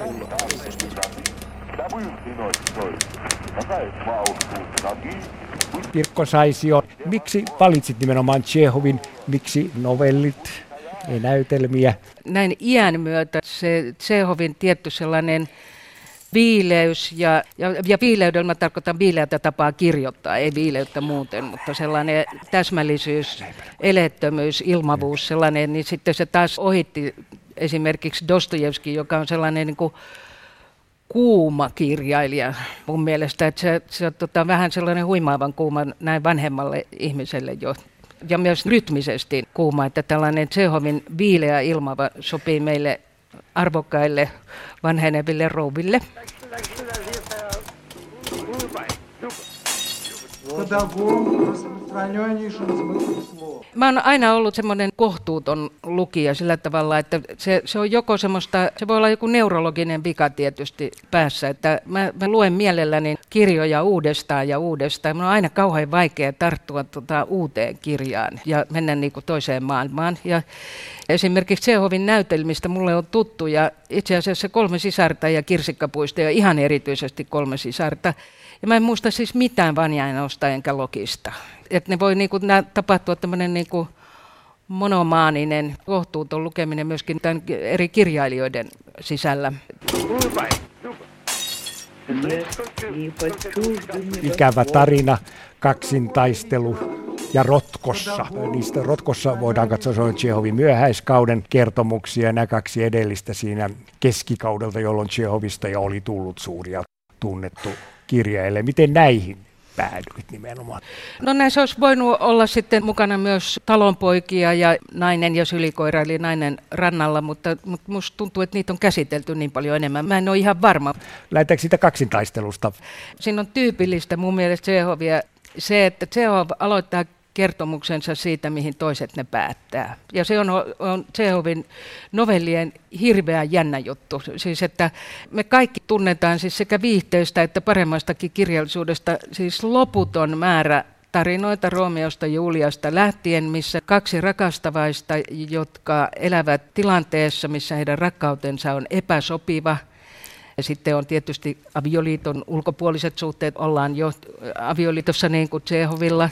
Pirkko Saisio, miksi valitsit nimenomaan Tšekhovin, miksi novellit, ei näytelmiä? Näin iän myötä se Tšekhovin tietty sellainen viileys, ja viileydellä mä tarkoitan viileätä tapaa kirjoittaa, ei viileyttä muuten, mutta sellainen täsmällisyys, elettömyys, ilmavuus sellainen, niin sitten se taas ohitti esimerkiksi Dostojevski, joka on sellainen niin kuin kuuma kirjailija mun mielestä, että se on vähän sellainen huimaavan kuuma näin vanhemmalle ihmiselle jo. Ja myös rytmisesti kuuma, että tällainen Tšekhovin viileä ilmava sopii meille arvokkaille vanheneville rouville. Mä oon aina ollut semmoinen kohtuuton lukija sillä tavalla, että se on joko semmoista, se voi olla joku neurologinen vika tietysti päässä, että mä luen mielelläni kirjoja uudestaan ja uudestaan. Mun on aina kauhean vaikea tarttua uuteen kirjaan ja mennä niin kuin toiseen maailmaan. Ja esimerkiksi Tšekhovin näytelmistä mulle on tuttu ja itse asiassa 3 sisarta ja Kirsikkapuisto ja ihan erityisesti 3 sisarta. Ja mä en muista siis mitään Vanjainosta enkä Lokista. Että ne voi niinku tapahtua tämmöinen niinku monomaaninen, kohtuuton lukeminen myöskin tämän eri kirjailijoiden sisällä. Ikävä tarina, kaksintaistelu ja Rotkossa. Niistä Rotkossa voidaan katsoa, se on Tšekhovin myöhäiskauden kertomuksia. Nämä 2 edellistä siinä keskikaudelta, jolloin Tšekhovista jo oli tullut suuri ja tunnettu kirjailija. Miten näihin päädyit nimenomaan? No näissä olisi voinut olla sitten mukana myös Talonpoikia ja Nainen ja sylikoira, eli Nainen rannalla, mutta musta tuntuu, että niitä on käsitelty niin paljon enemmän. Mä en ole ihan varma. Lähdetäänkö siitä kaksintaistelusta? Siinä on tyypillistä mun mielestä Tšekhovia se, että Tšekhov aloittaa kertomuksensa siitä, mihin toiset ne päättää. Ja se on Tšekhovin novellien hirveä jännä juttu. Siis että me kaikki tunnetaan siis sekä viihteestä että paremmastakin kirjallisuudesta siis loputon määrä tarinoita Roomeosta ja Juliasta lähtien, missä 2 rakastavaista, jotka elävät tilanteessa, missä heidän rakkautensa on epäsopiva. Ja sitten on tietysti avioliiton ulkopuoliset suhteet, ollaan jo avioliitossa niin kuin Tšekhovilla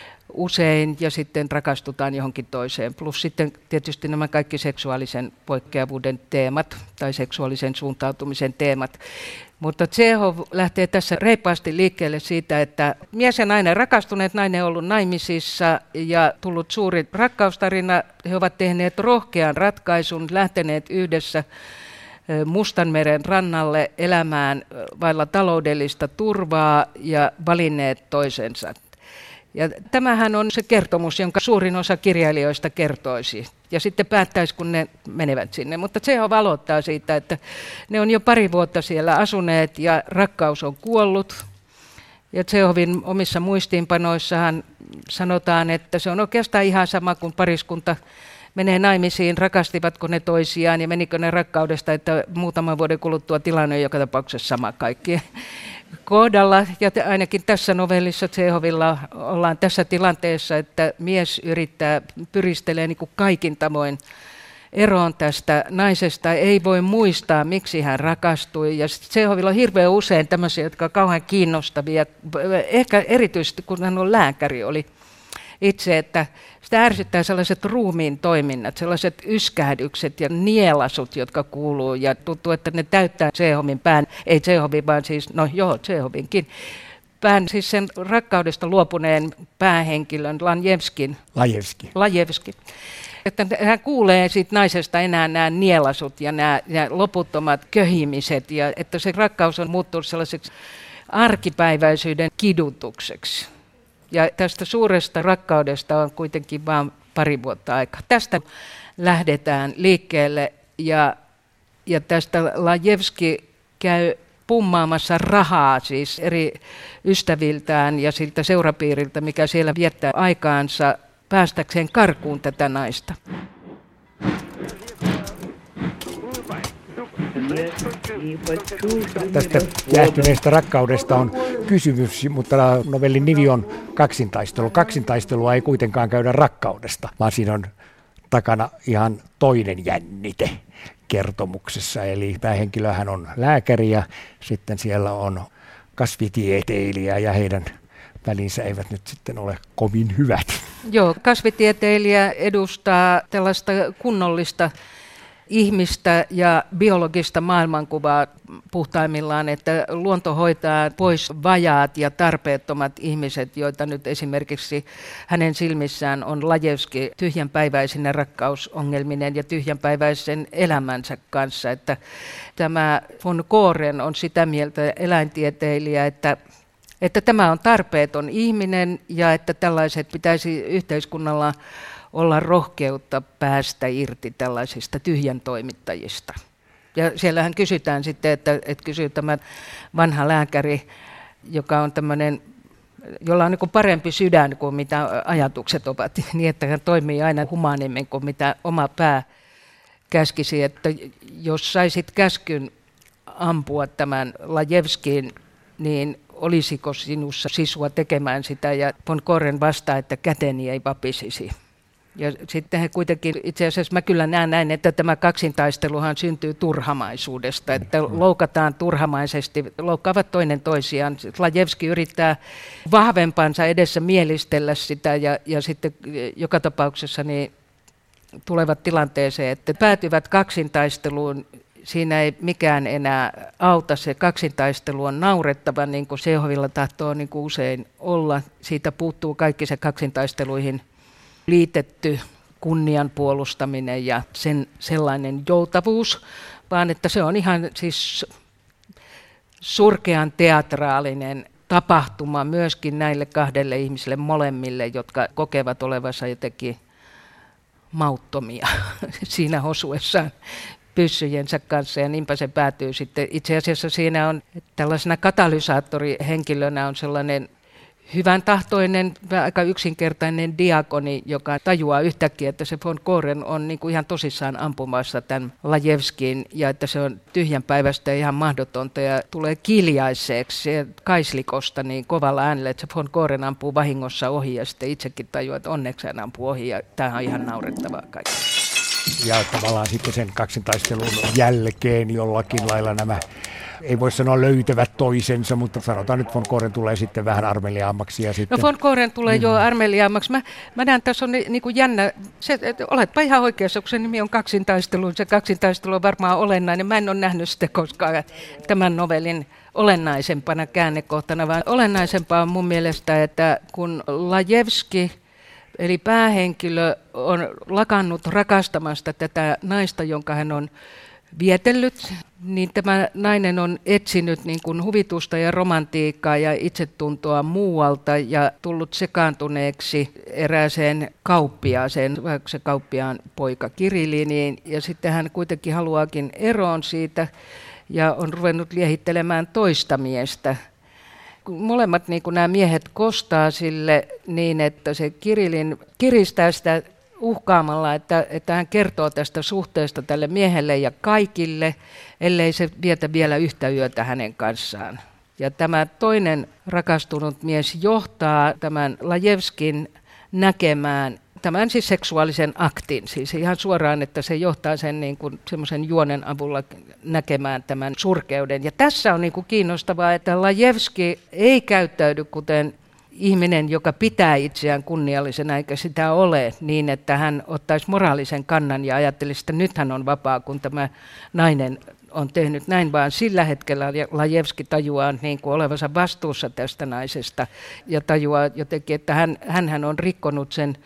usein ja sitten rakastutaan johonkin toiseen. Plus sitten tietysti nämä kaikki seksuaalisen poikkeavuuden teemat tai seksuaalisen suuntautumisen teemat. Mutta Tšekhov lähtee tässä reippaasti liikkeelle siitä, että mies ja nainen rakastuneet, nainen on ollut naimisissa ja tullut suuri rakkaustarina. He ovat tehneet rohkean ratkaisun, lähteneet yhdessä Mustanmeren rannalle elämään vailla taloudellista turvaa ja valinneet toisensa. Ja tämähän on se kertomus, jonka suurin osa kirjailijoista kertoisi. Ja sitten päättäisi, kun ne menevät sinne. Mutta Tšekhov aloittaa siitä, että ne on jo 2 vuotta siellä asuneet ja rakkaus on kuollut. Ja Tšekhovin omissa muistiinpanoissahan sanotaan, että se on oikeastaan ihan sama kuin pariskunta menee naimisiin, rakastivatko ne toisiaan ja menikö ne rakkaudesta, että muutaman vuoden kuluttua tilanne on joka tapauksessa sama kaikkien kohdalla. Ja ainakin tässä novellissa Tšekhovilla ollaan tässä tilanteessa, että mies pyristelee niin kuin kaikin tavoin eroon tästä naisesta, ei voi muistaa, miksi hän rakastui. Ja Tšekhovilla on hirveän usein tämmöisiä, jotka ovat kauhean kiinnostavia, ehkä erityisesti kun hän on lääkäri, oli itse, että sitä ärsyttää sellaiset ruumiin toiminnat, sellaiset yskähdykset ja nielasut, jotka kuuluu ja tuntuu, että ne täyttää Tšekhovin pään, ei Tšekhovin, vaan siis, no joo, Tšekhovinkin pään, siis sen rakkaudesta luopuneen päähenkilön Lajevski. Että hän kuulee siitä naisesta enää nämä nielasut ja nämä loputtomat köhimiset ja että se rakkaus on muuttunut sellaiseksi arkipäiväisyyden kidutukseksi. Ja tästä suuresta rakkaudesta on kuitenkin vain 2 vuotta aikaa. Tästä lähdetään liikkeelle ja tästä Lajevski käy pummaamassa rahaa siis eri ystäviltään ja siltä seurapiiriltä, mikä siellä viettää aikaansa päästäkseen karkuun tätä naista. Tästä jäähtyneestä rakkaudesta on kysymys, mutta novellin nimi on Kaksintaistelu. Kaksintaistelua ei kuitenkaan käydä rakkaudesta, vaan siinä on takana ihan toinen jännite kertomuksessa. Eli päähenkilöhän on lääkäri ja sitten siellä on kasvitieteilijä ja heidän välinsä eivät nyt sitten ole kovin hyvät. Joo, kasvitieteilijä edustaa tällaista kunnollista ihmistä ja biologista maailmankuvaa puhtaimmillaan, että luonto hoitaa pois vajaat ja tarpeettomat ihmiset, joita nyt esimerkiksi hänen silmissään on Lajevski tyhjänpäiväisinä rakkausongelminen ja tyhjänpäiväisen elämänsä kanssa. Että tämä von Koren on sitä mieltä eläintieteilijä, että tämä on tarpeeton ihminen ja että tällaiset pitäisi yhteiskunnalla olla rohkeutta päästä irti tällaisista tyhjän toimittajista. Ja siellähän kysytään sitten, että kysyy tämä vanha lääkäri, joka on tämmöinen, jolla on niin kuin parempi sydän kuin mitä ajatukset ovat, niin että hän toimii aina humaanimmin kuin mitä oma pää käskisi, että jos saisit käskyn ampua tämän Lajevskiin, niin olisiko sinussa sisua tekemään sitä, ja von Koren vastaa, että käteni ei vapisisi. Ja sitten he kuitenkin, itse asiassa mä kyllä näen näin, että tämä kaksintaisteluhan syntyy turhamaisuudesta, että loukataan turhamaisesti, loukkaavat toinen toisiaan. Lajevski yrittää vahvempansa edessä mielistellä sitä ja sitten joka tapauksessa niin tulevat tilanteeseen, että päätyvät kaksintaisteluun. Siinä ei mikään enää auta, se kaksintaistelu on naurettava, niin kuin Čechovilla tahtoo niin kuin usein olla. Siitä puuttuu kaikki se kaksintaisteluihin liitetty kunnian puolustaminen ja sen sellainen joutavuus, vaan että se on ihan siis surkean teatraalinen tapahtuma myöskin näille kahdelle ihmiselle molemmille, jotka kokevat olevansa jotenkin mauttomia siinä osuessaan pyssyjensä kanssa, ja niinpä se päätyy sitten. Itse asiassa siinä on tällaisena katalysaattorihenkilönä on sellainen hyvän tahtoinen, aika yksinkertainen diakoni, joka tajuaa yhtäkkiä, että se von Koren on niin kuin ihan tosissaan ampumassa tämän Lajevskin, ja että se on tyhjänpäiväistä ja ihan mahdotonta, ja tulee kiljaiseksi kaislikosta niin kovalla äänellä, että se von Koren ampuu vahingossa ohi, ja sitten itsekin tajuaa, että onneksi hän ampuu ohi, ja tämähän on ihan naurettavaa kaikki. Ja tavallaan sitten sen kaksintaistelun jälkeen jollakin lailla nämä, ei voi sanoa löytävät toisensa, mutta sanotaan nyt von Koren tulee sitten vähän armeliaammaksi. Ja sitten... No von Koren tulee jo armeliaammaksi. Mä näen, tässä on niin kuin jännä, että oletpa ihan oikeassa, kun se nimi on kaksintaistelu. Se kaksintaistelu on varmaan olennainen. Mä en ole nähnyt sitä koskaan tämän novellin olennaisempana käännekohtana, vaan olennaisempaa on mun mielestä, että kun Lajevski, eli päähenkilö, on lakannut rakastamasta tätä naista, jonka hän on vietellyt, niin tämä nainen on etsinyt niin kuin huvitusta ja romantiikkaa ja itsetuntoa muualta ja tullut sekaantuneeksi erääseen kauppiaaseen, vaikka se kauppiaan poika Kirilliniin, ja sitten hän kuitenkin haluaakin eroon siitä ja on ruvennut liehittelemään toista miestä. Molemmat niin kuin nämä miehet kostaa sille niin, että se Kirillin kiristää sitä uhkaamalla, että hän kertoo tästä suhteesta tälle miehelle ja kaikille, ellei se vietä vielä yhtä yötä hänen kanssaan. Ja tämä toinen rakastunut mies johtaa tämän Lajevskin näkemään tämän siis seksuaalisen aktin, siis ihan suoraan, että se johtaa sen niin kuin semmoisen juonen avulla näkemään tämän surkeuden. Ja tässä on niin kuin kiinnostavaa, että Lajevski ei käyttäydy kuten ihminen, joka pitää itseään kunniallisena, eikä sitä ole niin, että hän ottaisi moraalisen kannan ja ajattelisi, että nyt hän on vapaa, kun tämä nainen on tehnyt näin, vaan sillä hetkellä Lajevski tajuaa niin kuin olevansa vastuussa tästä naisesta ja tajuaa jotenkin, että hän on rikkonut sen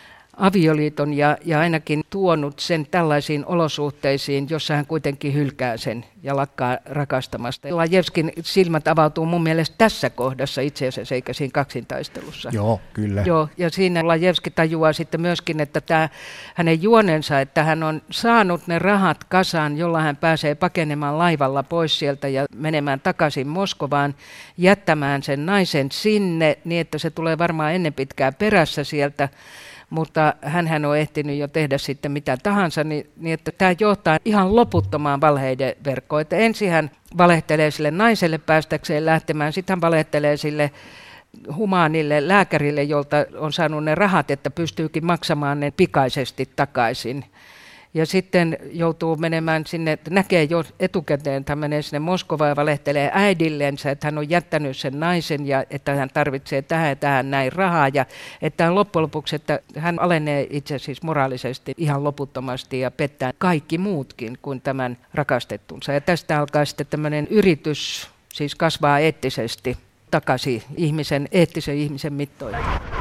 avioliiton ja ainakin tuonut sen tällaisiin olosuhteisiin, jossa hän kuitenkin hylkää sen ja lakkaa rakastamasta. Lajevskin silmät avautuu mun mielestä tässä kohdassa itse asiassa, eikä siinä kaksintaistelussa. Joo, kyllä. Joo, ja siinä Lajevski tajuaa sitten myöskin, että tämä hänen juonensa, että hän on saanut ne rahat kasaan, jolla hän pääsee pakenemaan laivalla pois sieltä ja menemään takaisin Moskovaan, jättämään sen naisen sinne, niin että se tulee varmaan ennen pitkää perässä sieltä. Mutta hänhän on ehtinyt jo tehdä sitten mitä tahansa, niin että tämä johtaa ihan loputtomaan valheiden verkkoon. Että ensin hän valehtelee sille naiselle päästäkseen lähtemään, sitten hän valehtelee sille humaanille lääkärille, jolta on saanut ne rahat, että pystyykin maksamaan ne pikaisesti takaisin. Ja sitten joutuu menemään sinne, näkee jo etukäteen, että hän menee sinne Moskovaan ja valehtelee äidillensä, että hän on jättänyt sen naisen ja että hän tarvitsee tähän ja tähän näin rahaa. Ja että loppujen lopuksi, että hän alenee itse siis moraalisesti ihan loputtomasti ja pettää kaikki muutkin kuin tämän rakastettunsa. Ja tästä alkaa sitten tämmöinen yritys siis kasvaa eettisesti takaisin eettisen ihmisen mittoihin.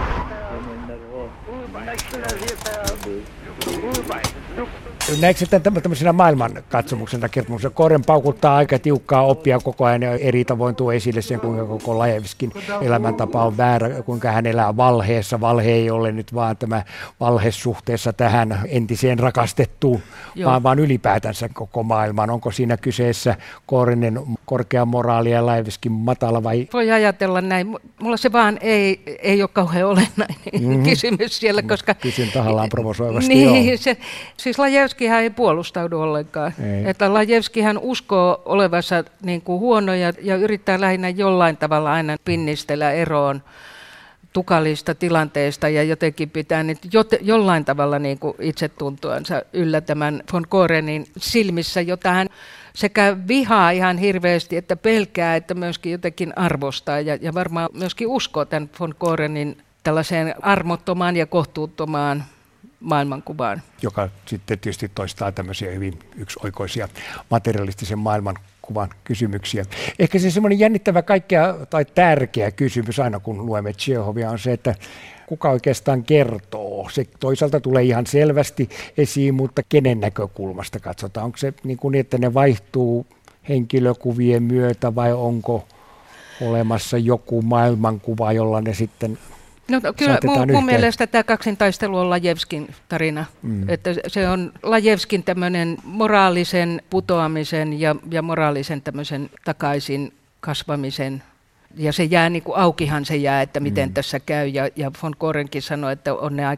Näetkö tämmöisenä maailmankatsomuksena kertomuksena? Koren paukuttaa aika tiukkaa oppia koko ajan ja eri tavoin tuo esille sen, kuinka koko Lajevskin elämäntapa on väärä, kuinka hän elää valheessa. Valhe ei ole nyt vaan tämä valhe suhteessa tähän entiseen rakastettuun, vaan ylipäätänsä koko maailmaan. Onko siinä kyseessä Korenin korkea moraali ja Lajevskin matala vai? Voi ajatella näin. Mulla se vaan ei ole kauhean olennainen kysymys siellä, koska... Kysyn tahallaan provosoivasti. Niin, siis Lajevskihan ei puolustaudu ollenkaan. Että Lajevskihan uskoo olevansa niin kuin huono ja yrittää lähinnä jollain tavalla aina pinnistellä eroon tukalista tilanteesta ja jotenkin pitää jollain tavalla niin kuin itsetuntoansa yllä tämän von Korenin silmissä, jota hän sekä vihaa ihan hirveästi, että pelkää, että myöskin jotenkin arvostaa ja varmaan myöskin uskoo tämän von Korenin tällaiseen armottomaan ja kohtuuttomaan maailmankuvaan. Joka sitten tietysti toistaa tämmöisiä hyvin yksioikoisia materialistisen maailmankuvan kysymyksiä. Ehkä se semmoinen jännittävä tai tärkeä kysymys aina kun luemme Tšehovia on se, että kuka oikeastaan kertoo. Se toisaalta tulee ihan selvästi esiin, mutta kenen näkökulmasta katsotaan. Onko se niin, että ne vaihtuu henkilökuvien myötä vai onko olemassa joku maailmankuva, jolla ne sitten kyllä mun mielestä tämä kaksintaistelu on Lajevskin tarina. Että se on Lajevskin tämmöinen moraalisen putoamisen ja moraalisen tämmöisen takaisin kasvamisen. Ja se jää niin kuin aukihan se jää, että miten tässä käy. Ja von Korenkin sanoi, että on ne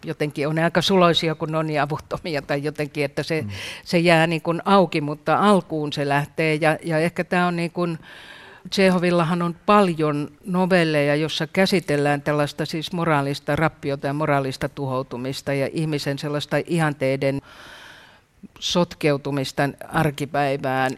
aika suloisia, kun ne on niin avuttomia tai jotenkin, että se jää niin kuin auki, mutta alkuun se lähtee. Ja ehkä tämä on niin kuin... Tšehovillahan on paljon novelleja, jossa käsitellään tällaista siis moraalista rappiota ja moraalista tuhoutumista ja ihmisen sellaista ihanteiden sotkeutumista arkipäivään.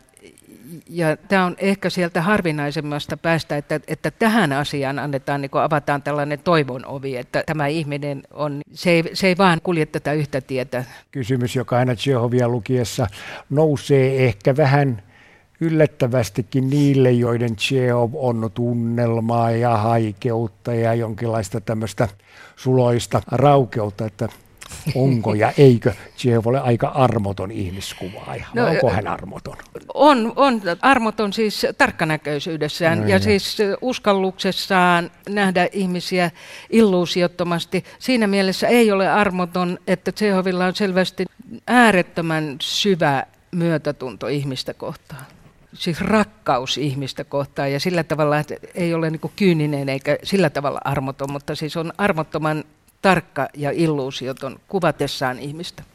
Ja tämä on ehkä sieltä harvinaisemmasta päästä, että tähän asiaan avataan tällainen toivon ovi, että tämä ihminen se ei vaan kulje tätä yhtä tietä. Kysymys, joka aina Tšehovia lukiessa nousee ehkä vähän yllättävästikin niille, joiden Tšehov on tunnelmaa ja haikeutta ja jonkinlaista tämmöistä suloista raukeutta, että onko ja eikö Tšehov ole aika armoton ihmiskuvaaja? No, onko hän armoton? On armoton siis tarkkanäköisyydessään ja siis uskalluksessaan nähdä ihmisiä illuusiottomasti. Siinä mielessä ei ole armoton, että Tšehovilla on selvästi äärettömän syvä myötätunto ihmistä kohtaan. Siis rakkaus ihmistä kohtaan ja sillä tavalla, että ei ole niin kuin kyyninen eikä sillä tavalla armoton, mutta siis on armottoman tarkka ja illuusioton kuvatessaan ihmistä.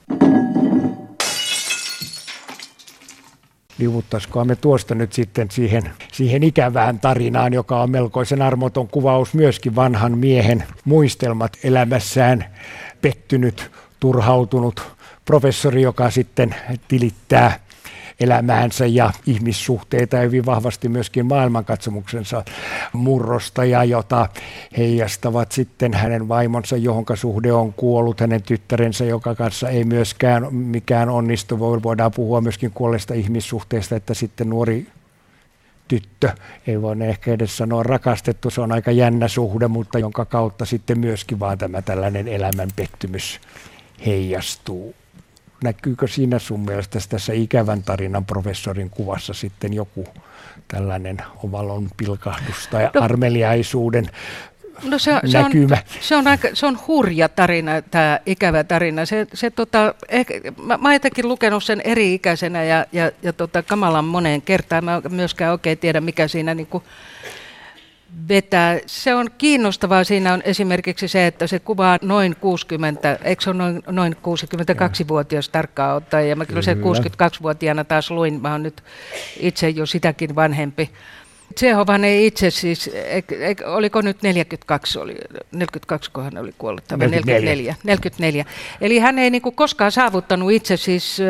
Liuvuttaisikohan me tuosta nyt sitten siihen ikävään tarinaan, joka on melkoisen armoton kuvaus myöskin vanhan miehen muistelmat elämässään pettynyt, turhautunut professori, joka sitten tilittää elämäänsä ja ihmissuhteita ja hyvin vahvasti myöskin maailmankatsomuksensa murrosta, ja jota heijastavat sitten hänen vaimonsa, johonka suhde on kuollut, hänen tyttärensä, joka kanssa ei myöskään mikään onnistu. Voidaan puhua myöskin kuolleista ihmissuhteista, että sitten nuori tyttö, ei voi ehkä edes sanoa rakastettu, se on aika jännä suhde, mutta jonka kautta sitten myöskin vaan tämä tällainen elämän pettymys heijastuu. Näkyykö siinä sun mielestä tässä ikävän tarinan professorin kuvassa sitten joku tällainen ovalon pilkahdus tai armeliaisuuden näkymä? Se on hurja tarina, tämä ikävä tarina. Mä oon jotenkin lukenut sen eri-ikäisenä ja kamalan moneen kertaan. Mä myöskään oikein tiedä, mikä siinä niinku vetää. Se on kiinnostavaa. Siinä on esimerkiksi se, että se kuvaa noin 60, eikö se ole noin 62-vuotias tarkkaan ottaen, ja mä kyllä se 62-vuotiaana taas luin, mä oon nyt itse jo sitäkin vanhempi. Tšehovhan ei itse siis, oliko nyt 42, 42 kun hän oli kuollut, tai 44. Eli hän ei niin kuin koskaan saavuttanut itse siis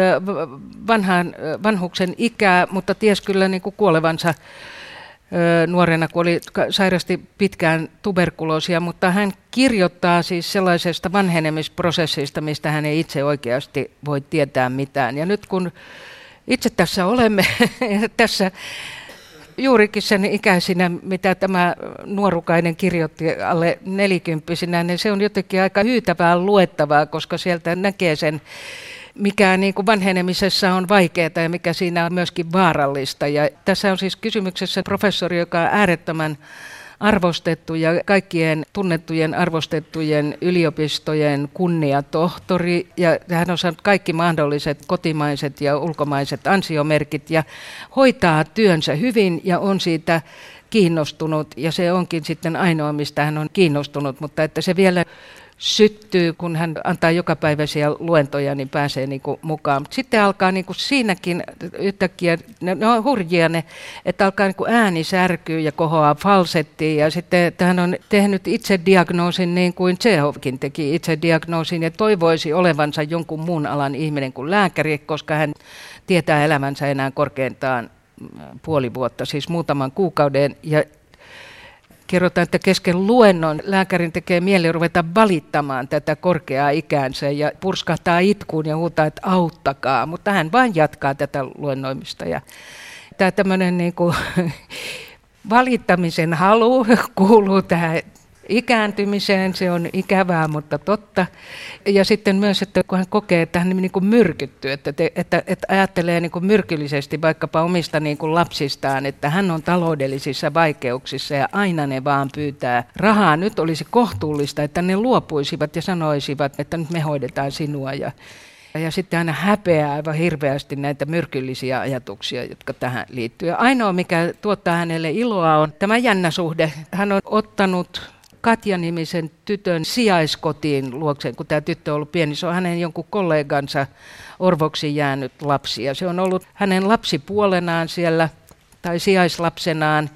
vanhuksen ikää, mutta ties kyllä niin kuin kuolevansa nuorena, kun sairasti pitkään tuberkuloosia, mutta hän kirjoittaa siis sellaisesta vanhenemisprosessista, mistä hän ei itse oikeasti voi tietää mitään. Ja nyt kun itse tässä olemme, tässä juurikin sen ikäisinä, mitä tämä nuorukainen kirjoitti alle 40-vuotiaana, niin se on jotenkin aika hyytävää luettavaa, koska sieltä näkee sen, mikä niin kuin vanhenemisessa on vaikeaa ja mikä siinä on myöskin vaarallista. Ja tässä on siis kysymyksessä professori, joka on äärettömän arvostettu ja kaikkien tunnettujen arvostettujen yliopistojen kunniatohtori. Ja hän on saanut kaikki mahdolliset kotimaiset ja ulkomaiset ansiomerkit ja hoitaa työnsä hyvin ja on siitä kiinnostunut. Ja se onkin sitten ainoa, mistä hän on kiinnostunut, mutta että se vielä syttyy, kun hän antaa jokapäiväisiä luentoja, niin pääsee niin kuin mukaan. Sitten alkaa niin kuin siinäkin yhtäkkiä, ne on hurjia ne, että alkaa niin kuin ääni särkyy ja kohoaa falsettiin. Ja sitten hän on tehnyt itse diagnoosin niin kuin Tšehovkin teki itse diagnoosin ja toivoisi olevansa jonkun muun alan ihminen kuin lääkäri, koska hän tietää elämänsä enää korkeintaan puoli vuotta, siis muutaman kuukauden. Ja kerrotaan, että kesken luennon lääkärin tekee mieli ruveta valittamaan tätä korkeaa ikäänsä ja purskahtaa itkuun ja huutaa, että auttakaa, mutta hän vain jatkaa tätä luennoimista. Ja tämä tämmöinen niin kuin valittamisen halu kuuluu tähän ikääntymiseen, se on ikävää, mutta totta. Ja sitten myös, että kun hän kokee, että hän niin kuin myrkyttyy, että ajattelee niin kuin myrkyllisesti vaikkapa omista niin kuin lapsistaan, että hän on taloudellisissa vaikeuksissa ja aina ne vaan pyytää rahaa. Nyt olisi kohtuullista, että ne luopuisivat ja sanoisivat, että nyt me hoidetaan sinua. Ja sitten aina häpeää aivan hirveästi näitä myrkyllisiä ajatuksia, jotka tähän liittyy. Ja ainoa, mikä tuottaa hänelle iloa, on tämä jännä suhde. Hän on ottanut Katja-nimisen tytön sijaiskotiin luokseen, kun tämä tyttö on ollut pieni. Se on hänen jonkun kollegansa orvoksi jäänyt lapsi. Ja se on ollut hänen lapsipuolenaan siellä, tai sijaislapsenaan,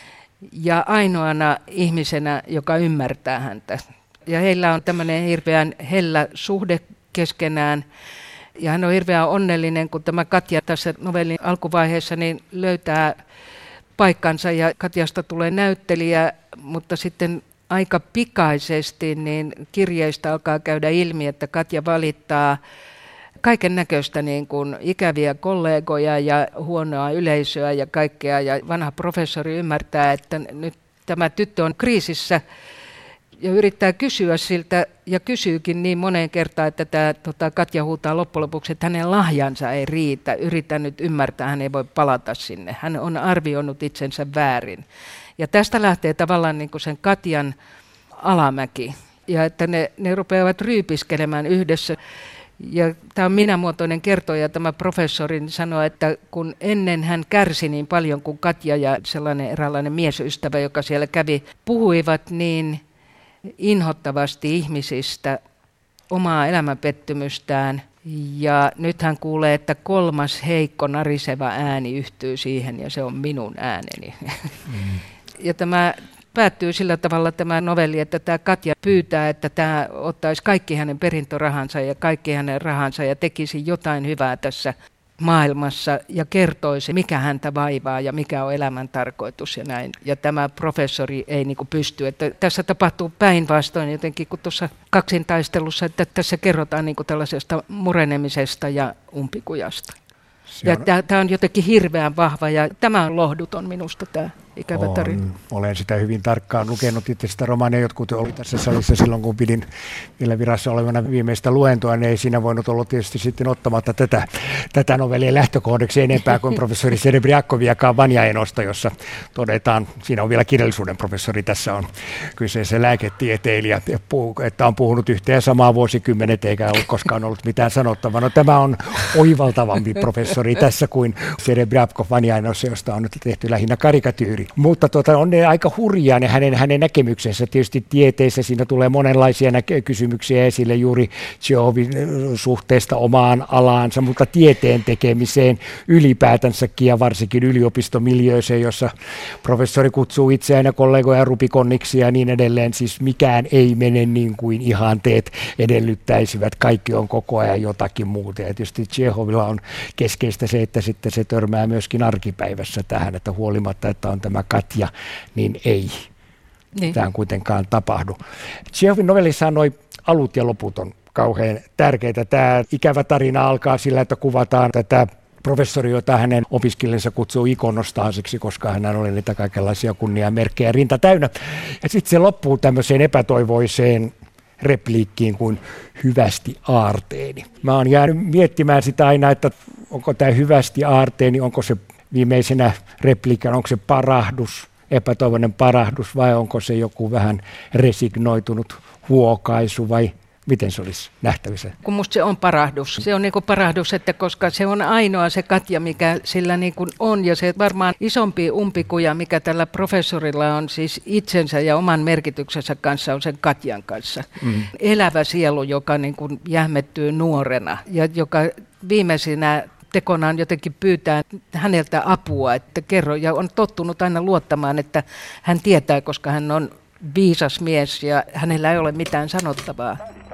ja ainoana ihmisenä, joka ymmärtää häntä. Ja heillä on tämmöinen hirveän hellä suhde keskenään. Ja hän on hirveän onnellinen, kun tämä Katja tässä novellin alkuvaiheessa niin löytää paikkansa, ja Katjasta tulee näyttelijä, mutta sitten aika pikaisesti niin kirjeistä alkaa käydä ilmi, että Katja valittaa kaiken näköistä niin kuin ikäviä kollegoja ja huonoa yleisöä ja kaikkea. Ja vanha professori ymmärtää, että nyt tämä tyttö on kriisissä ja yrittää kysyä siltä ja kysyykin niin moneen kertaan, että tämä Katja huutaa loppujen lopuksi, että hänen lahjansa ei riitä. Yritän nyt ymmärtää, hän ei voi palata sinne. Hän on arvioinut itsensä väärin. Ja tästä lähtee tavallaan niin kuin sen Katjan alamäki. Ja että ne rupeavat ryypiskelemään yhdessä. Ja tämä on minämuotoinen kertoja. Tämä professori sanoi, että kun ennen hän kärsi niin paljon, kun Katja ja sellainen eräänlainen miesystävä, joka siellä kävi, puhuivat niin inhottavasti ihmisistä, omaa elämänpettymystään. Ja nyt hän kuulee, että kolmas heikko nariseva ääni yhtyy siihen, ja se on minun ääneni. Ja tämä päättyy sillä tavalla tämä novelli, että tämä Katja pyytää, että tämä ottaisi kaikki hänen perintörahansa ja kaikki hänen rahansa ja tekisi jotain hyvää tässä maailmassa ja kertoisi, mikä häntä vaivaa ja mikä on elämän tarkoitus ja näin. Ja tämä professori ei niin kuin pysty. Että tässä tapahtuu päinvastoin jotenkin kuin tuossa kaksintaistelussa, että tässä kerrotaan niin kuin tällaisesta murenemisesta ja umpikujasta. Ja tämä on jotenkin hirveän vahva ja tämä on lohduton minusta tämä ikävä tarina. Olen sitä hyvin tarkkaan lukenut itse sitä romaania. Jotkut oli tässä salissa silloin, kun pidin vielä virassa olevana viimeistä luentoa, niin ei siinä voinut olla tietysti sitten ottamatta tätä novellia lähtökohdaksi enempää kuin professori Serebriakoviakaan Vanjaenosta, jossa todetaan, siinä on vielä kirjallisuuden professori, tässä on kyseessä lääketieteilijä, että on puhunut yhteen ja samaa vuosikymmenet eikä ole koskaan ollut mitään sanottavaa. No, tämä on oivaltavampi professori tässä kuin Serebriakov Vanjaenossa, josta on nyt tehty lähinnä karikatyyri. Mutta on ne aika hurjaa ne hänen näkemyksensä. Tietysti tieteessä siinä tulee monenlaisia kysymyksiä esille juuri Tšehovin suhteesta omaan alaansa, mutta tieteen tekemiseen ylipäätänsäkin ja varsinkin yliopistomiljöössä, jossa professori kutsuu itseään ja kollegoja rupikonniksi ja niin edelleen. Siis mikään ei mene niin kuin ihanteet edellyttäisivät. Kaikki on koko ajan jotakin muuta. Ja tietysti Tšehovilla on keskeistä se, että sitten se törmää myöskin arkipäivässä tähän, että huolimatta, että on tämä Katja, niin ei mitään kuitenkaan tapahdu. Tšehovin novellissa noi alut ja loput on kauhean tärkeitä. Tämä ikävä tarina alkaa sillä, että kuvataan tätä professori, jota hänen opiskelijansa kutsuu ikonostaaseksi, koska hän oli niitä kaikenlaisia kunniamerkkejä rinta täynnä. Ja sitten se loppuu tämmöiseen epätoivoiseen repliikkiin kuin hyvästi aarteeni. Mä oon jäänyt miettimään sitä aina, että onko tämä hyvästi aarteeni, onko se viimeisenä repliikan, onko se parahdus, epätoivoinen parahdus vai onko se joku vähän resignoitunut huokaisu vai miten se olisi nähtävissä? Kun musta se on parahdus. Se on niinku parahdus, että koska se on ainoa se Katja, mikä sillä niinku on ja se varmaan isompi umpikuja, mikä tällä professorilla on siis itsensä ja oman merkityksensä kanssa on sen Katjan kanssa. Elävä sielu, joka niinku jähmettyy nuorena ja joka viimeisinä tekonaan jotenkin pyytää häneltä apua, että kerro, ja on tottunut aina luottamaan, että hän tietää, koska hän on viisas mies ja hänellä ei ole mitään sanottavaa.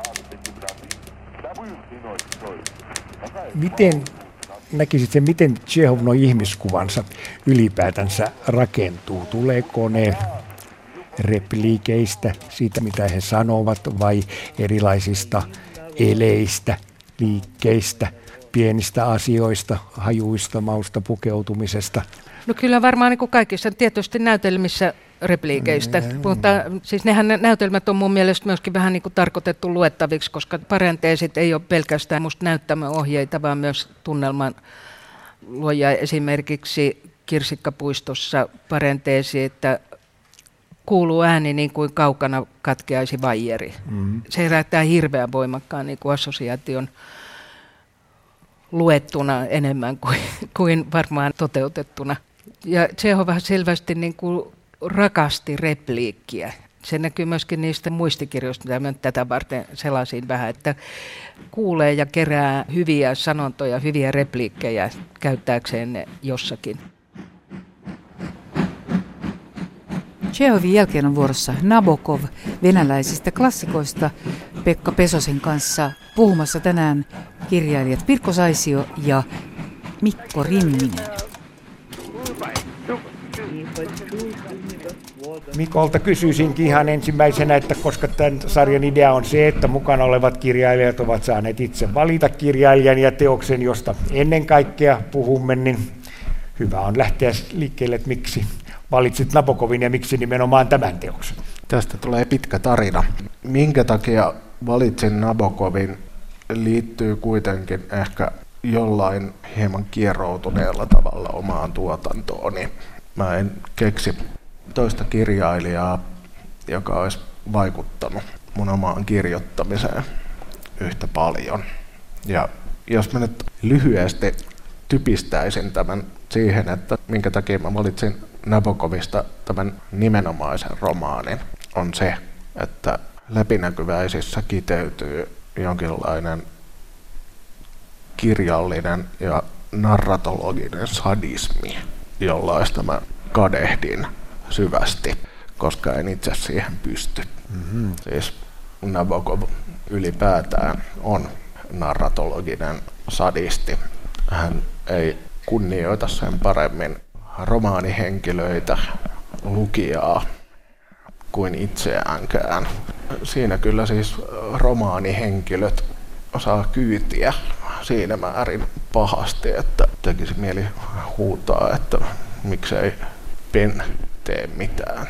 Miten näkisit sen, miten Tšehov nuo ihmiskuvansa ylipäätänsä rakentuu? Tuleeko ne repliikeistä, siitä mitä he sanovat, vai erilaisista eleistä, liikkeistä, pienistä asioista, hajuista, mausta, pukeutumisesta? No kyllä varmaan niin kuin kaikissa tietysti näytelmissä repliikeistä, mutta siis nehän näytelmät on mun mielestä myöskin vähän niin kuin tarkoitettu luettaviksi, koska parenteesit ei ole pelkästään musta näyttämöohjeita, vaan myös tunnelman luoja. Esimerkiksi Kirsikkapuistossa parenteesi, että kuuluu ääni niin kuin kaukana katkeaisi vaijeri. Se herättää hirveän voimakkaan niin kuin assosiaation luettuna enemmän kuin varmaan toteutettuna. Ja Tšehov selvästi niin kuin rakasti repliikkiä. Se näkyy myöskin niistä muistikirjoista, mitä tätä varten selasin vähän, että kuulee ja kerää hyviä sanontoja, hyviä repliikkejä käyttääkseen ne jossakin. Tšehovin jälkeen on vuorossa Nabokov venäläisistä klassikoista Pekka Pesosen kanssa puhumassa tänään kirjailijat Pirkko Saisio ja Mikko Rinninen. Mikolta kysyisinkin ihan ensimmäisenä, että koska tämän sarjan idea on se, että mukana olevat kirjailijat ovat saaneet itse valita kirjailijan ja teoksen, josta ennen kaikkea puhumme, niin hyvä on lähteä liikkeelle, että miksi valitsit Nabokovin ja miksi nimenomaan tämän teoksen. Tästä tulee pitkä tarina. Minkä takia valitsin Nabokovin liittyy kuitenkin ehkä jollain hieman kieroutuneella tavalla omaan tuotantooni. Mä en keksi toista kirjailijaa, joka olisi vaikuttanut mun omaan kirjoittamiseen yhtä paljon. Ja jos mä nyt lyhyesti typistäisin tämän siihen, että minkä takia mä valitsin Nabokovista tämän nimenomaisen romaanin, on se, että Läpinäkyväisissä kiteytyy jonkinlainen kirjallinen ja narratologinen sadismi, jollaista mä kadehdin syvästi, koska en itse siihen pysty. Siis Nabokov ylipäätään on narratologinen sadisti. Hän ei kunnioita sen paremmin romaanihenkilöitä, lukijaa kuin itseäänkään. Siinä kyllä siis romaanihenkilöt saa kyytiä siinä määrin pahasti, että tekisi mieli huutaa, että miksei Pen tee mitään.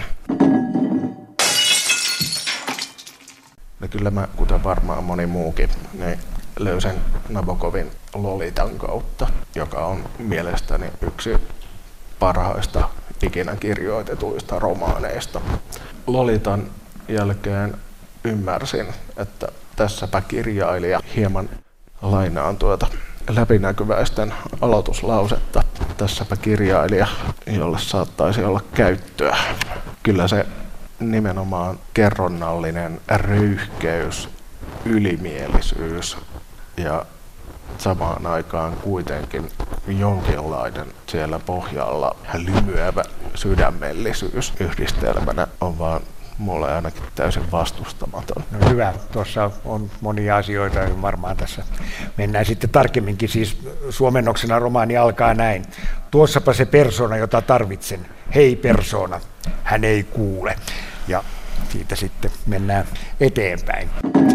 Ja kyllä mä, kuten varmaan moni muukin, niin löysin Nabokovin Lolitan kautta, joka on mielestäni yksi parhaista ikinä kirjoitetuista romaaneista. Lolitan jälkeen ymmärsin, että tässäpä kirjailija hieman lainaan Läpinäkyväisten aloituslausetta. tässäpä kirjailija, jolle saattaisi olla käyttöä. Kyllä se nimenomaan kerronnallinen röyhkeys, ylimielisyys ja samaan aikaan kuitenkin jonkinlainen siellä pohjalla lymyävä sydämellisyys yhdistelmänä on vaan mulle ainakin täysin vastustamaton. No hyvä, tuossa on monia asioita, ja varmaan tässä mennään sitten tarkemminkin. Siis suomennoksena romaani alkaa näin. Tuossapa se persona, jota tarvitsen. Hei persona, hän ei kuule. Ja siitä sitten mennään eteenpäin.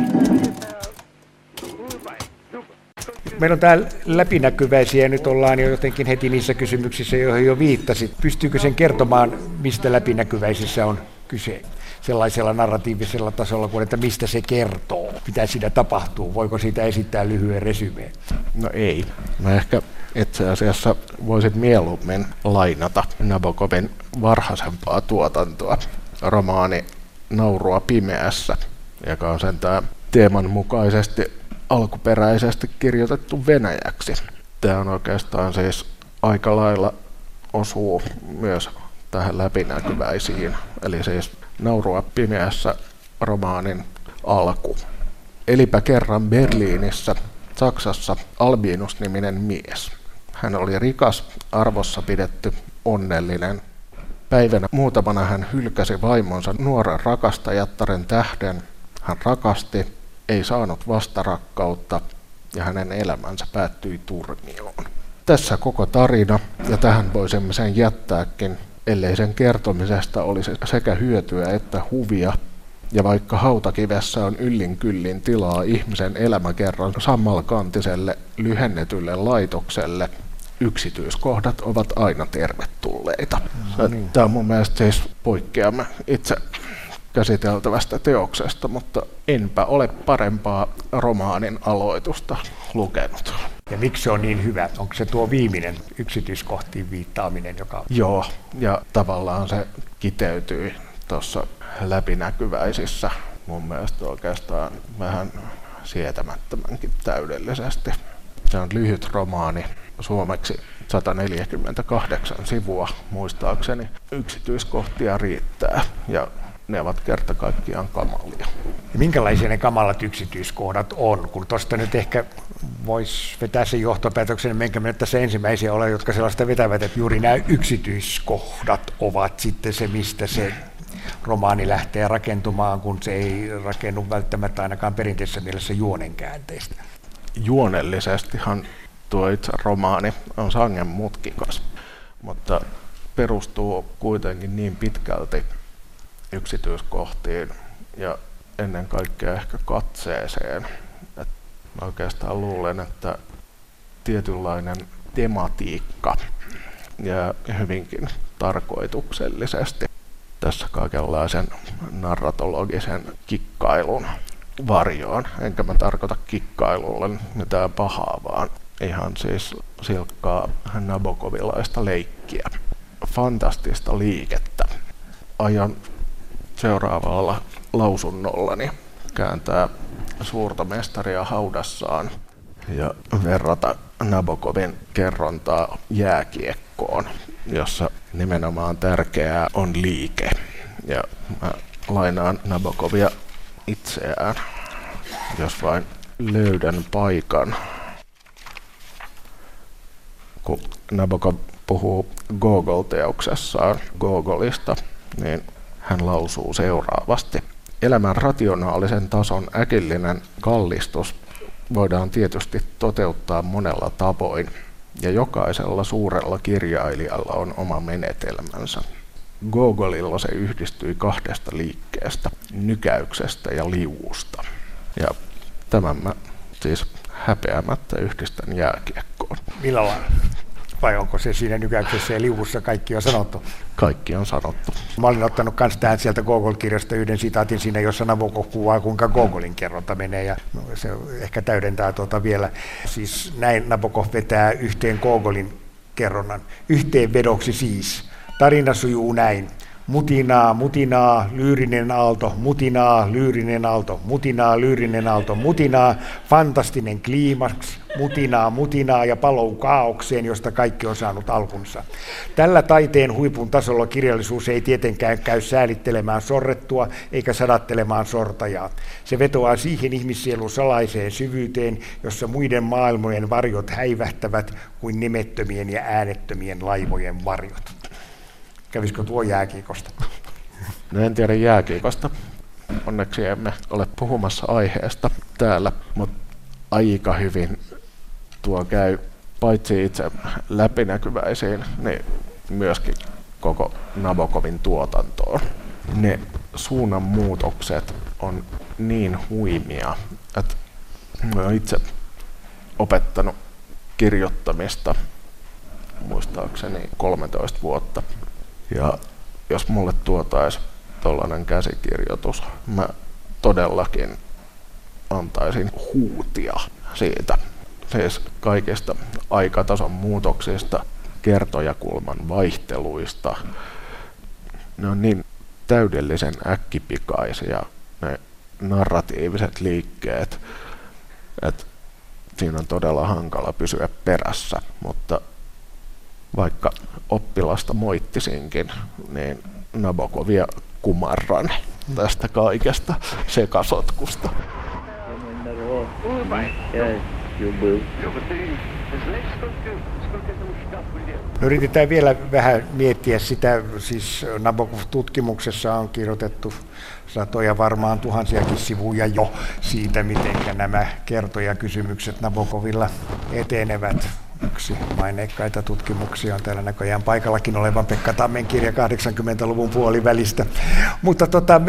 Meillä on täällä läpinäkyväisiä, ja nyt ollaan jo jotenkin heti niissä kysymyksissä, joihin jo viittasit. Pystyykö sen kertomaan, mistä läpinäkyväisissä on kyse? Sellaisella narratiivisella tasolla kuin, että mistä se kertoo, mitä siinä tapahtuu, voiko siitä esittää lyhyen resymeen? No ei. Mä ehkä itse asiassa voisin mieluummin lainata Nabokovin varhaisempaa tuotantoa, romaani Naurua pimeässä, joka on sentään teeman mukaisesti alkuperäisesti kirjoitettu venäjäksi. Tämä on oikeastaan siis aika lailla osuu myös tähän läpinäkyväisiin, eli siis Naurua pimeässä romaanin alku. Elipä kerran Berliinissä, Saksassa, Albinus-niminen mies. Hän oli rikas, arvossa pidetty, onnellinen. Päivänä muutamana hän hylkäsi vaimonsa nuoren rakastajattaren tähden. Hän rakasti, ei saanut vastarakkautta ja hänen elämänsä päättyi turmioon. Tässä koko tarina, ja tähän voisimme sen jättääkin, ellei sen kertomisesta olisi sekä hyötyä että huvia, ja vaikka hautakivessä on yllin kyllin tilaa ihmisen elämäkerran sammalkantiselle lyhennetylle laitokselle, yksityiskohdat ovat aina tervetulleita. Tämä on mun mielestä siis poikkeama itse käsiteltävästä teoksesta, mutta enpä ole parempaa romaanin aloitusta lukenut. Ja miksi se on niin hyvä? Onko se tuo viimeinen yksityiskohtiin viittaaminen, joka... Joo, ja tavallaan se kiteytyy tuossa läpinäkyväisissä mun mielestä oikeastaan vähän sietämättömänkin täydellisesti. Se on lyhyt romaani, suomeksi 148 sivua muistaakseni. Yksityiskohtia riittää ja ne ovat kerta kaikkiaan kamalia. Ja minkälaisia ne kamalat yksityiskohdat on? Kun tuosta nyt ehkä voisi vetää sen johtopäätöksen, enkä minä tässä ensimmäisiä ole, jotka sellaista vetävät, että juuri nämä yksityiskohdat ovat sitten se, mistä se romaani lähtee rakentumaan, kun se ei rakennu välttämättä ainakaan perinteisessä mielessä juonenkäänteistä. Juonellisestihan tuo itse romaani on sangen mutkikas, mutta perustuu kuitenkin niin pitkälti yksityiskohtiin ja ennen kaikkea ehkä katseeseen. Et mä oikeastaan luulen, että tietynlainen tematiikka ja hyvinkin tarkoituksellisesti tässä kaikenlaisen narratologisen kikkailun varjoon. Enkä mä tarkoita kikkailulle mitään pahaa, vaan ihan siis silkkaa nabokovilaista leikkiä. Fantastista liikettä. Aion seuraavalla lausunnollani kääntää suurta mestaria haudassaan ja verrata Nabokovin kerrontaa jääkiekkoon, jossa nimenomaan tärkeää on liike. Ja mä lainaan Nabokovia itseään, jos vain löydän paikan. Kun Nabokov puhuu Gogol-teoksessaan Gogolista, niin hän lausuu seuraavasti. Elämän rationaalisen tason äkillinen kallistus voidaan tietysti toteuttaa monella tavoin, ja jokaisella suurella kirjailijalla on oma menetelmänsä. Gogolilla se yhdistyi kahdesta liikkeestä, nykäyksestä ja liuusta. Ja tämän mä siis häpeämättä yhdistän jääkiekkoon. Millä lailla? Vai onko se siinä nykäyksessä ja liuvussa kaikki on sanottu? Kaikki on sanottu. Mä olin ottanut myös tähän sieltä Gogol-kirjasta yhden sitaatin siinä, jossa Nabokov kuvaa, kuinka Gogolin kerronta menee, ja se ehkä täydentää vielä. Siis näin Nabokov vetää yhteen Gogolin kerronnan. Yhteenvedoksi siis. Tarina sujuu näin. Mutinaa, mutinaa, lyyrinen aalto, mutinaa, lyyrinen aalto, mutinaa, lyyrinen aalto, mutinaa, fantastinen kliimaks, mutinaa, mutinaa ja palou kaaukseen, josta kaikki on saanut alkunsa. Tällä taiteen huipun tasolla kirjallisuus ei tietenkään käy säälittelemään sorrettua eikä sadattelemaan sortajaa. Se vetoaa siihen ihmissielun salaiseen syvyyteen, jossa muiden maailmojen varjot häivähtävät kuin nimettömien ja äänettömien laivojen varjot. Kävisikö tuo jääkiikosta? No en tiedä jääkiikosta. Onneksi emme ole puhumassa aiheesta täällä, mutta aika hyvin tuo käy paitsi itse läpinäkyväisiin, niin myöskin koko Nabokovin tuotantoon. Ne suunnanmuutokset on niin huimia, että olen itse opettanut kirjoittamista muistaakseni 13 vuotta. Ja jos mulle tuotaisiin tollainen käsikirjoitus, mä todellakin antaisin huutia siitä. Siis kaikista aikatason muutoksista, kertojakulman vaihteluista. Ne on niin täydellisen äkkipikaisia ne narratiiviset liikkeet, että siinä on todella hankala pysyä perässä, mutta vaikka oppilasta moittisinkin, niin Nabokovia kumarran tästä kaikesta sekasotkusta. Yritetään vielä vähän miettiä sitä, siis Nabokov-tutkimuksessa on kirjoitettu satoja, varmaan tuhansiakin sivuja jo siitä, miten nämä kertojakysymykset Nabokovilla etenevät. Yksi maineikkaita tutkimuksia on täällä näköjään paikallakin olevan Pekka Tammen kirja 80-luvun puolivälistä. Mutta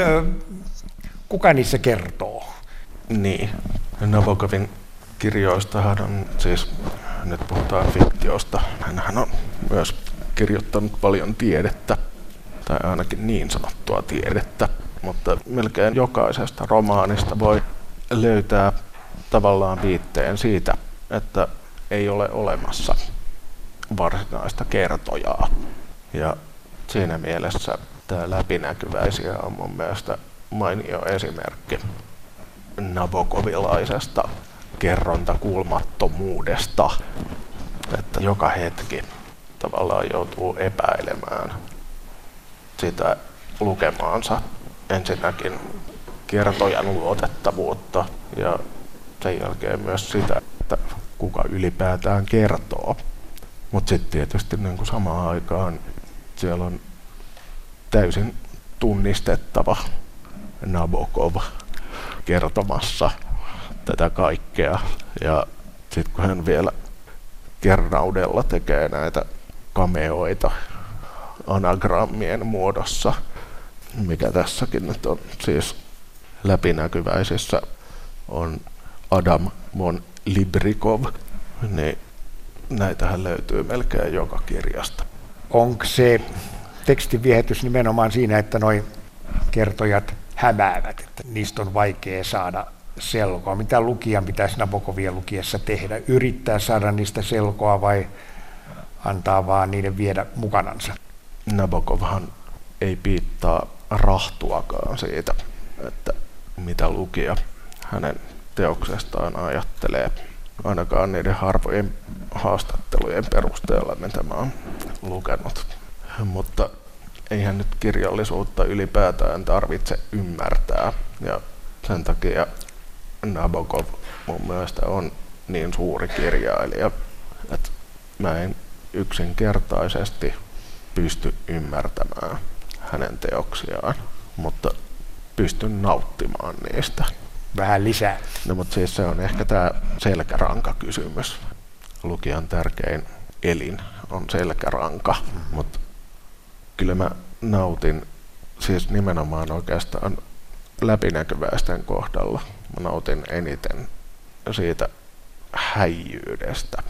kuka niissä kertoo? Niin, Nabokovin kirjoistahan on siis, nyt puhutaan fiktiosta, hänhän on myös kirjoittanut paljon tiedettä, tai ainakin niin sanottua tiedettä, mutta melkein jokaisesta romaanista voi löytää tavallaan viitteen siitä, että ei ole olemassa varsinaista kertojaa. Ja siinä mielessä tämä läpinäkyväisiä on mun mielestä mainio esimerkki nabokovilaisesta kerrontakulmattomuudesta, että joka hetki tavallaan joutuu epäilemään sitä lukemaansa ensinnäkin kertojan luotettavuutta ja sen jälkeen myös sitä, että kuka ylipäätään kertoo. Mutta sitten tietysti niin samaan aikaan siellä on täysin tunnistettava Nabokov kertomassa tätä kaikkea. Ja sitten kun hän vielä kerraudella tekee näitä cameoita anagrammien muodossa, mikä tässäkin nyt on siis läpinäkyväisissä, on Adam von Librikov, niin näitähän löytyy melkein joka kirjasta. Onko se tekstin viehätys nimenomaan siinä, että nuo kertojat hämäävät, että niistä on vaikea saada selkoa? Mitä lukijan pitäisi Nabokovia lukiessa tehdä? Yrittää saada niistä selkoa vai antaa vaan niiden viedä mukanansa? Nabokovhan ei piittaa rahtuakaan siitä, että mitä lukija hänen teoksestaan ajattelee, ainakaan niiden harvojen haastattelujen perusteella, mitä mä oon lukenut. Mutta eihän nyt kirjallisuutta ylipäätään tarvitse ymmärtää, ja sen takia Nabokov mun mielestä on niin suuri kirjailija, että mä en yksinkertaisesti pysty ymmärtämään hänen teoksiaan, mutta pystyn nauttimaan niistä. Vähän lisää. No, mutta siis se on ehkä tämä selkärankakysymys. Lukijan tärkein elin on selkäranka, mutta kyllä mä nautin siis nimenomaan oikeastaan läpinäkyväisten kohdalla. Mä nautin eniten siitä häijyydestä.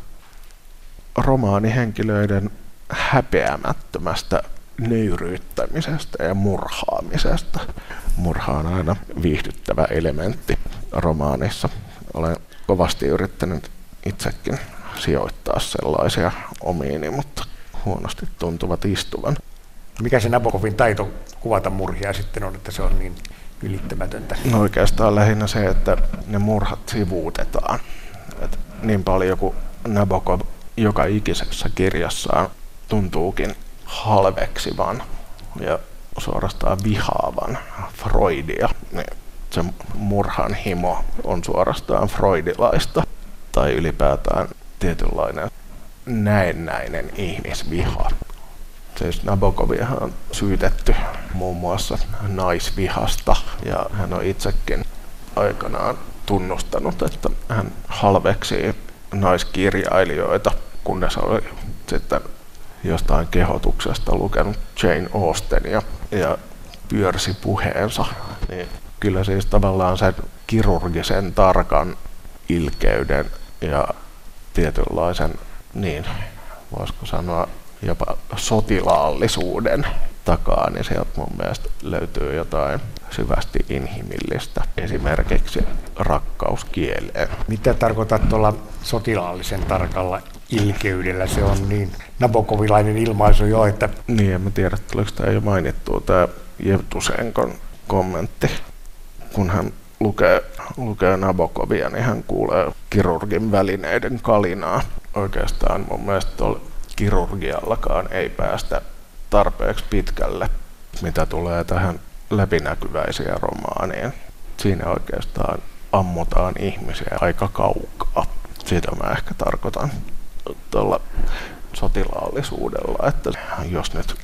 Romaanihenkilöiden häpeämättömästä nöyryyttämisestä ja murhaamisesta. Murha on aina viihdyttävä elementti romaanissa. Olen kovasti yrittänyt itsekin sijoittaa sellaisia omiini, mutta huonosti tuntuvat istuvan. Mikä se Nabokovin taito kuvata murhia sitten on, että se on niin ylittämätöntä? No oikeastaan lähinnä se, että ne murhat sivuutetaan. Et niin paljon kuin Nabokov joka ikisessä kirjassaan tuntuukin halveksivan ja suorastaan vihaavan Freudia, niin se murhan himo on suorastaan freudilaista tai ylipäätään tietynlainen näennäinen ihmisviha. Siis Nabokoviahan on syytetty muun muassa naisvihasta ja hän on itsekin aikanaan tunnustanut, että hän halveksii naiskirjailijoita, kunnes oli sitten jostain kehotuksesta lukenut Jane Austenia ja pyörsi puheensa. Niin kyllä siis tavallaan sen kirurgisen tarkan ilkeyden ja tietynlaisen, niin voisiko sanoa jopa sotilaallisuuden takaa, niin sieltä mun mielestä löytyy jotain syvästi inhimillistä, esimerkiksi rakkaus kieleen. Mitä tarkoitat tuolla sotilaallisen tarkalla ilkeydellä? Se on niin nabokovilainen ilmaisu jo, että... Niin, en mä tiedä, tuliko tämä jo mainittua, tämä Jevtusenkon kommentti. Kun hän lukee Nabokovia, niin hän kuulee kirurgin välineiden kalinaa. Oikeastaan mun mielestä tuolla kirurgiallakaan ei päästä tarpeeksi pitkälle, mitä tulee tähän läpinäkyväisiä romaaniin. Siinä oikeastaan ammutaan ihmisiä aika kaukaa. Siitä mä ehkä tarkoitan tuolla sotilaallisuudella, että jos nyt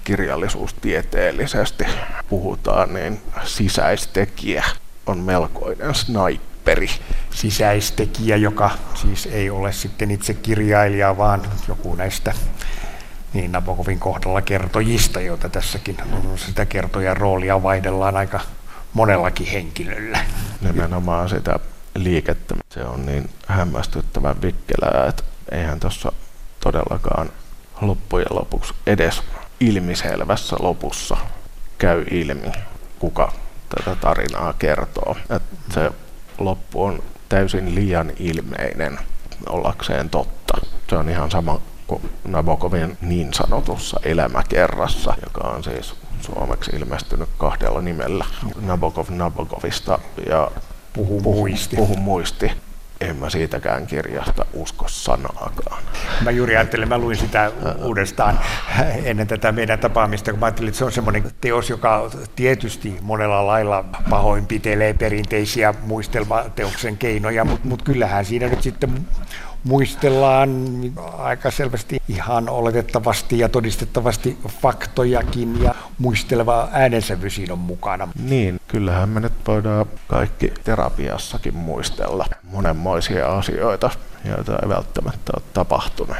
kirjallisuustieteellisesti puhutaan, niin sisäistekijä on melkoinen snaipperi. Sisäistekijä, joka siis ei ole sitten itse kirjailija, vaan joku näistä niin Nabokovin kohdalla kertojista, joita tässäkin on. Sitä kertojan roolia vaihdellaan aika monellakin henkilöllä. Nimenomaan sitä liikettä. Se on niin hämmästyttävän vikkelää, että eihän tuossa todellakaan loppujen lopuksi edes ilmiselvässä lopussa käy ilmi, kuka tätä tarinaa kertoo. Että se loppu on täysin liian ilmeinen ollakseen totta. Se on ihan sama kuin Nabokovin niin sanotussa elämäkerrassa, joka on siis suomeksi ilmestynyt 2 nimellä. Nabokov Nabokovista ja Puhu muisti. En mä siitäkään kirjasta usko sanaakaan. Mä juuri ajattelin, mä luin sitä uudestaan ennen tätä meidän tapaamista, kun mä ajattelin, että se on semmoinen teos, joka tietysti monella lailla pahoinpitelee perinteisiä muistelmateoksen keinoja, mutta kyllähän siinä nyt sitten muistellaan aika selvästi ihan oletettavasti ja todistettavasti faktojakin ja muisteleva äänensävy siinä on mukana. Niin, kyllähän me nyt voidaan kaikki terapiassakin muistella monenmoisia asioita, joita ei välttämättä ole tapahtunut.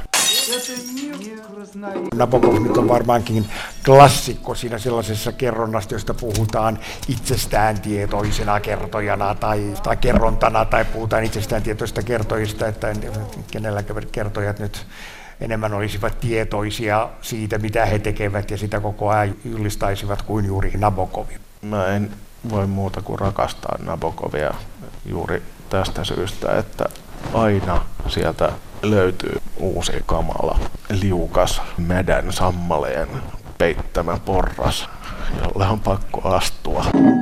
Nabokov nyt on varmaankin klassikko siinä sellaisessa kerronnasta, josta puhutaan itsestään tietoisena kertojana tai kerrontana, tai puhutaan itsestään tietoisista kertojista, että kenelläkään kertojat nyt enemmän olisivat tietoisia siitä, mitä he tekevät, ja sitä koko ajan julistaisivat kuin juuri Nabokovi. Mä en voi muuta kuin rakastaa Nabokovia juuri tästä syystä, että aina sieltä löytyy uusi kamala, liukas, mädän sammaleen peittämä porras, jolle on pakko astua.